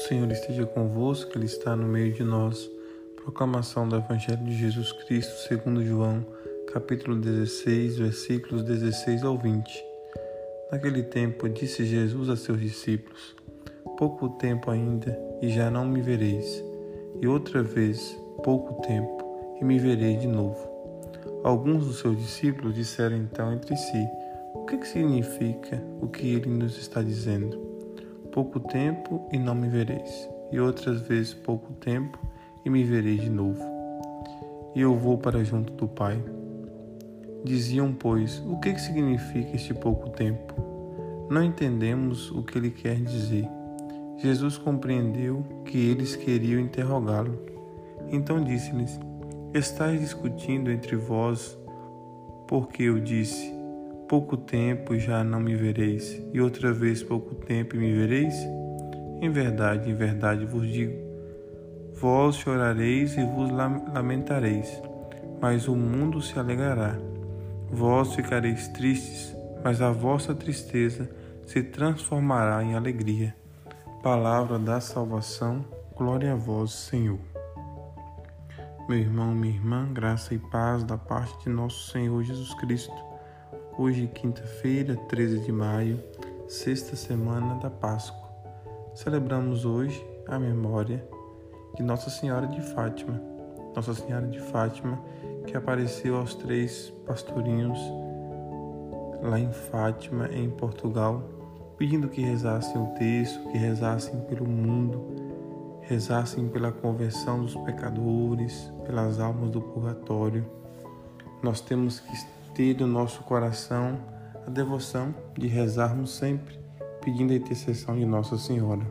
Senhor esteja convosco, Ele está no meio de nós. Proclamação do Evangelho de Jesus Cristo segundo João, capítulo 16, versículos 16 ao 20. Naquele tempo disse Jesus a seus discípulos: pouco tempo ainda, e já não me vereis, e outra vez, pouco tempo, e me vereis de novo. Alguns dos seus discípulos disseram então entre si: o que significa o que ele nos está dizendo? Pouco tempo e não me vereis, e outras vezes pouco tempo e me vereis de novo. E eu vou para junto do Pai. Diziam, pois, o que significa este pouco tempo? Não entendemos o que ele quer dizer. Jesus compreendeu que eles queriam interrogá-lo. Então disse-lhes: estáis discutindo entre vós, porque eu disse: pouco tempo já não me vereis, e outra vez pouco tempo e me vereis? Em verdade vos digo, vós chorareis e vos lamentareis, mas o mundo se alegrará. Vós ficareis tristes, mas a vossa tristeza se transformará em alegria. Palavra da salvação, glória a vós, Senhor. Meu irmão, minha irmã, graça e paz da parte de nosso Senhor Jesus Cristo. Hoje, quinta-feira, 13 de maio, sexta semana da Páscoa. Celebramos hoje a memória de Nossa Senhora de Fátima. Nossa Senhora de Fátima, que apareceu aos 3 pastorinhos lá em Fátima, em Portugal, pedindo que rezassem o texto, que rezassem pelo mundo, rezassem pela conversão dos pecadores, pelas almas do purgatório. Nós temos que ter no nosso coração a devoção de rezarmos sempre, pedindo a intercessão de Nossa Senhora.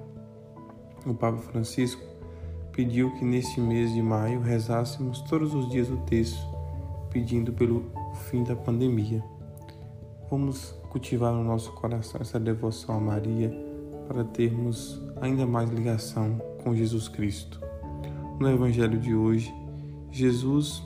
O Papa Francisco pediu que neste mês de maio rezássemos todos os dias o texto, pedindo pelo fim da pandemia. Vamos cultivar no nosso coração essa devoção a Maria para termos ainda mais ligação com Jesus Cristo. No Evangelho de hoje, Jesus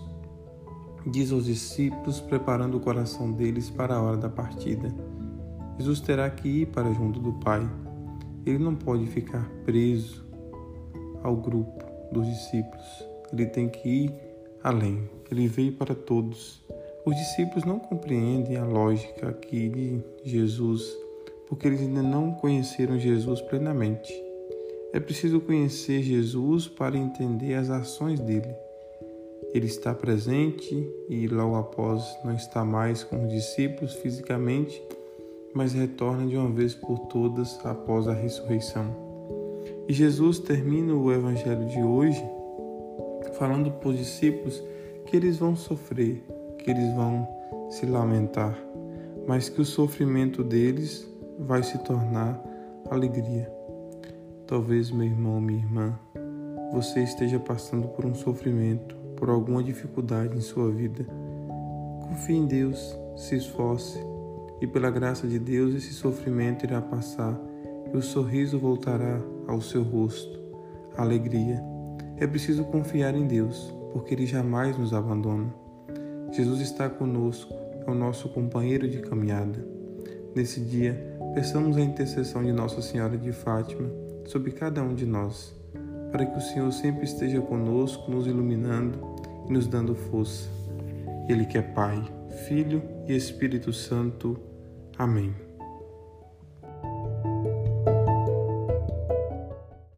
diz aos discípulos, preparando o coração deles para a hora da partida. Jesus terá que ir para junto do Pai. Ele não pode ficar preso ao grupo dos discípulos. Ele tem que ir além. Ele veio para todos. Os discípulos não compreendem a lógica aqui de Jesus, porque eles ainda não conheceram Jesus plenamente. É preciso conhecer Jesus para entender as ações dele. Ele está presente e logo após não está mais com os discípulos fisicamente, mas retorna de uma vez por todas após a ressurreição. E Jesus termina o Evangelho de hoje falando para os discípulos que eles vão sofrer, que eles vão se lamentar, mas que o sofrimento deles vai se tornar alegria. Talvez, meu irmão, minha irmã, você esteja passando por um sofrimento, por alguma dificuldade em sua vida. Confie em Deus, se esforce, e pela graça de Deus esse sofrimento irá passar e o sorriso voltará ao seu rosto, a alegria. É preciso confiar em Deus, porque Ele jamais nos abandona. Jesus está conosco, é o nosso companheiro de caminhada. Nesse dia, peçamos a intercessão de Nossa Senhora de Fátima sobre cada um de nós, para que o Senhor sempre esteja conosco, nos iluminando e nos dando força. Ele que é Pai, Filho e Espírito Santo. Amém.